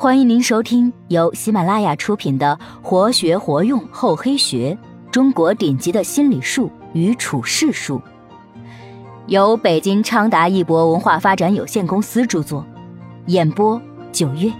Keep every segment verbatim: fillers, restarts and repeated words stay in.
欢迎您收听由喜马拉雅出品的《活学活用厚黑学：中国顶级的心理术与处世术》，由北京昌达一博文化发展有限公司著作，演播九月。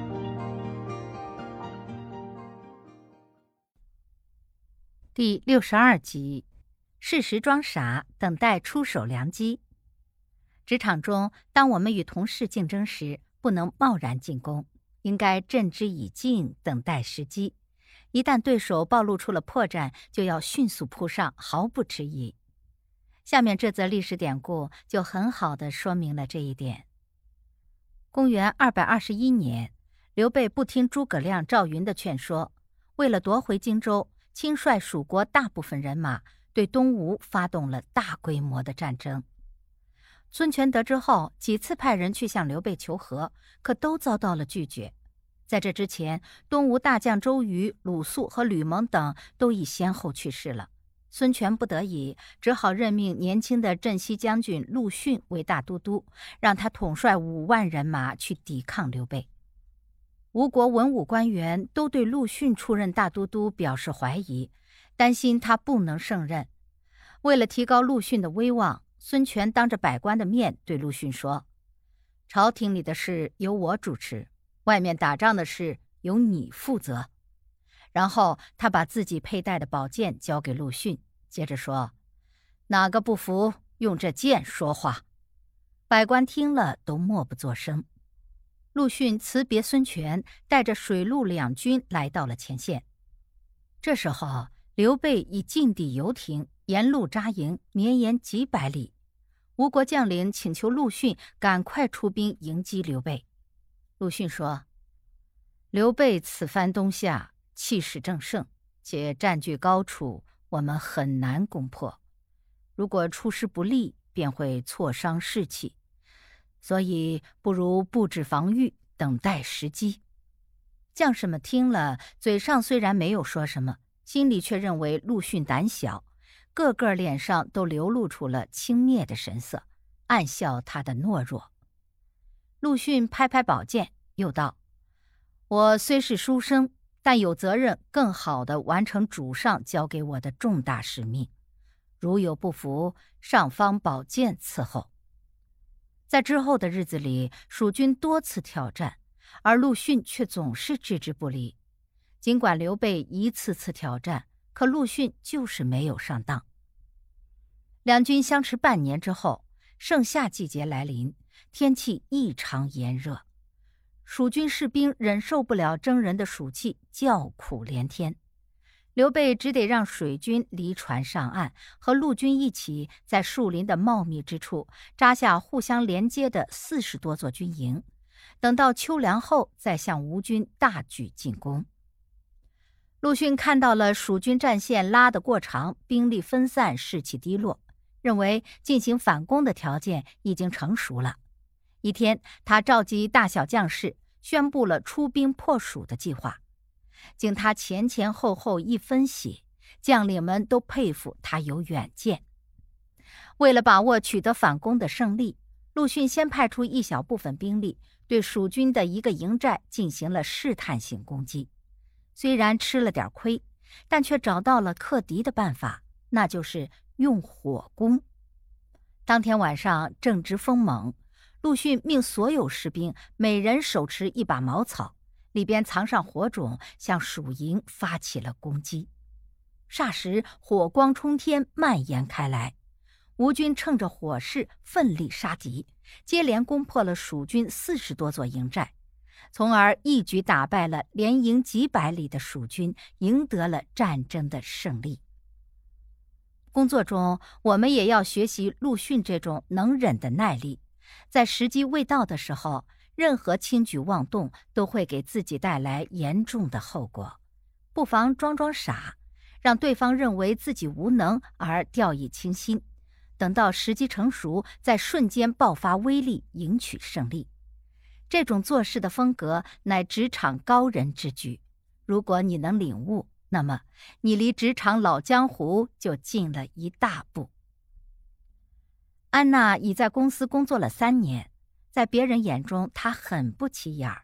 第六十二集，适时装傻，等待出手良机。职场中，当我们与同事竞争时，不能贸然进攻，应该镇之以静，等待时机。一旦对手暴露出了破绽，就要迅速扑上，毫不迟疑。下面这则历史典故就很好地说明了这一点。公元二百二十一年，刘备不听诸葛亮、赵云的劝说，为了夺回荆州，亲率蜀国大部分人马对东吴发动了大规模的战争。孙权得知后，几次派人去向刘备求和，可都遭到了拒绝。在这之前，东吴大将周瑜、鲁肃和吕蒙等都已先后去世了。孙权不得已，只好任命年轻的镇西将军陆逊为大都督，让他统帅五万人马去抵抗刘备。吴国文武官员都对陆逊出任大都督表示怀疑，担心他不能胜任。为了提高陆逊的威望，孙权当着百官的面对陆逊说：“朝廷里的事由我主持，外面打仗的事由你负责。”然后他把自己佩戴的宝剑交给陆逊，接着说：“哪个不服，用这剑说话。”百官听了都默不作声。陆逊辞别孙权，带着水陆两军来到了前线。这时候，刘备已进抵游亭，沿路扎营，绵延几百里。吴国将领请求陆逊赶快出兵迎击刘备。陆逊说：“刘备此番东下，气势正盛，且占据高处，我们很难攻破。如果出师不利，便会挫伤士气。所以不如布置防御，等待时机。”将士们听了，嘴上虽然没有说什么，心里却认为陆逊胆小，个个脸上都流露出了轻蔑的神色，暗笑他的懦弱。陆逊拍拍宝剑，又道：“我虽是书生，但有责任更好地完成主上交给我的重大使命。如有不服，上方宝剑伺候。”在之后的日子里，蜀军多次挑战，而陆逊却总是置之不理。尽管刘备一次次挑战，可陆逊就是没有上当。两军相持半年之后，盛夏季节来临，天气异常炎热，蜀军士兵忍受不了蒸人的暑气，叫苦连天。刘备只得让水军离船上岸，和陆军一起在树林的茂密之处扎下互相连接的四十多座军营，等到秋凉后再向吴军大举进攻。陆逊看到了蜀军战线拉得过长，兵力分散，士气低落，认为进行反攻的条件已经成熟了。一天，他召集大小将士，宣布了出兵破蜀的计划。经他前前后后一分析，将领们都佩服他有远见。为了把握取得反攻的胜利，陆逊先派出一小部分兵力，对蜀军的一个营寨进行了试探性攻击。虽然吃了点亏，但却找到了克敌的办法，那就是用火攻。当天晚上正值风猛，陆逊命所有士兵每人手持一把茅草，里边藏上火种，向蜀营发起了攻击。霎时火光冲天，蔓延开来。吴军趁着火势奋力杀敌，接连攻破了蜀军四十多座营寨，从而一举打败了连营几百里的蜀军，赢得了战争的胜利。工作中，我们也要学习陆逊这种能忍的耐力，在时机未到的时候，任何轻举妄动都会给自己带来严重的后果，不妨装装傻，让对方认为自己无能而掉以轻心，等到时机成熟，再瞬间爆发威力，赢取胜利。这种做事的风格乃职场高人之举，如果你能领悟，那么你离职场老江湖就近了一大步。安娜已在公司工作了三年，在别人眼中她很不起眼儿，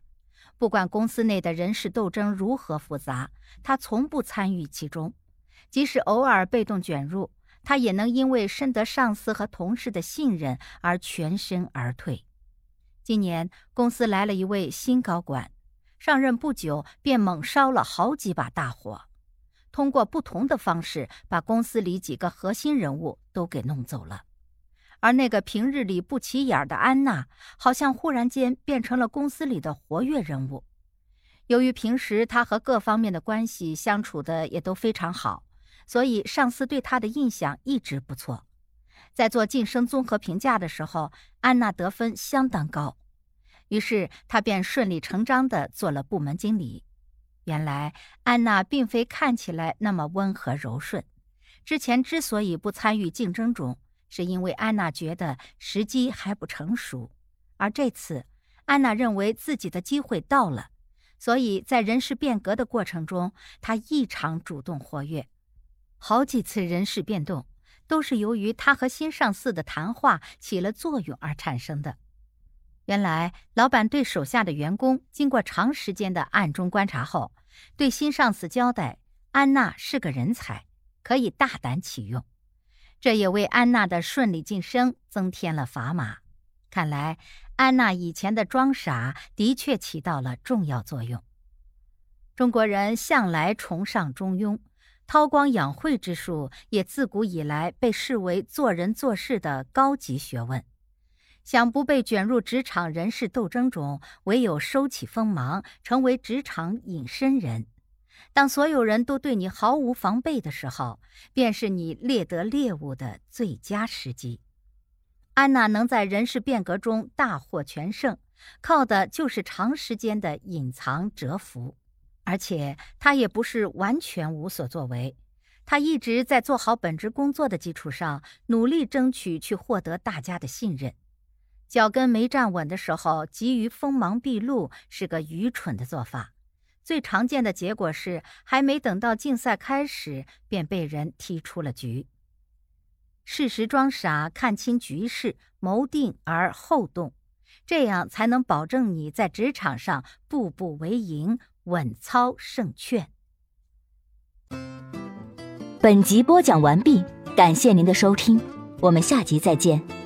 不管公司内的人事斗争如何复杂，他从不参与其中，即使偶尔被动卷入，他也能因为深得上司和同事的信任而全身而退。今年公司来了一位新高管，上任不久便猛烧了好几把大火，通过不同的方式把公司里几个核心人物都给弄走了。而那个平日里不起眼的安娜，好像忽然间变成了公司里的活跃人物。由于平时她和各方面的关系相处的也都非常好，所以上司对她的印象一直不错。在做晋升综合评价的时候，安娜得分相当高，于是她便顺理成章地做了部门经理。原来安娜并非看起来那么温和柔顺，之前之所以不参与竞争中，是因为安娜觉得时机还不成熟，而这次安娜认为自己的机会到了，所以在人事变革的过程中，她异常主动活跃。好几次人事变动都是由于她和新上司的谈话起了作用而产生的。原来老板对手下的员工经过长时间的暗中观察后，对新上司交代安娜是个人才，可以大胆启用。这也为安娜的顺利晋升增添了砝码。看来安娜以前的装傻的确起到了重要作用。中国人向来崇尚中庸，韬光养晦之术也自古以来被视为做人做事的高级学问。想不被卷入职场人事斗争中，唯有收起锋芒，成为职场隐身人。当所有人都对你毫无防备的时候，便是你猎得猎物的最佳时机。安娜能在人事变革中大获全胜，靠的就是长时间的隐藏蛰伏。而且她也不是完全无所作为，她一直在做好本职工作的基础上，努力争取去获得大家的信任。脚跟没站稳的时候，急于锋芒毕露是个愚蠢的做法。最常见的结果是，还没等到竞赛开始，便被人踢出了局。适时装傻，看清局势，谋定而后动，这样才能保证你在职场上步步为营，稳操胜券。 本集播讲完毕，感谢您的收听，我们下集再见。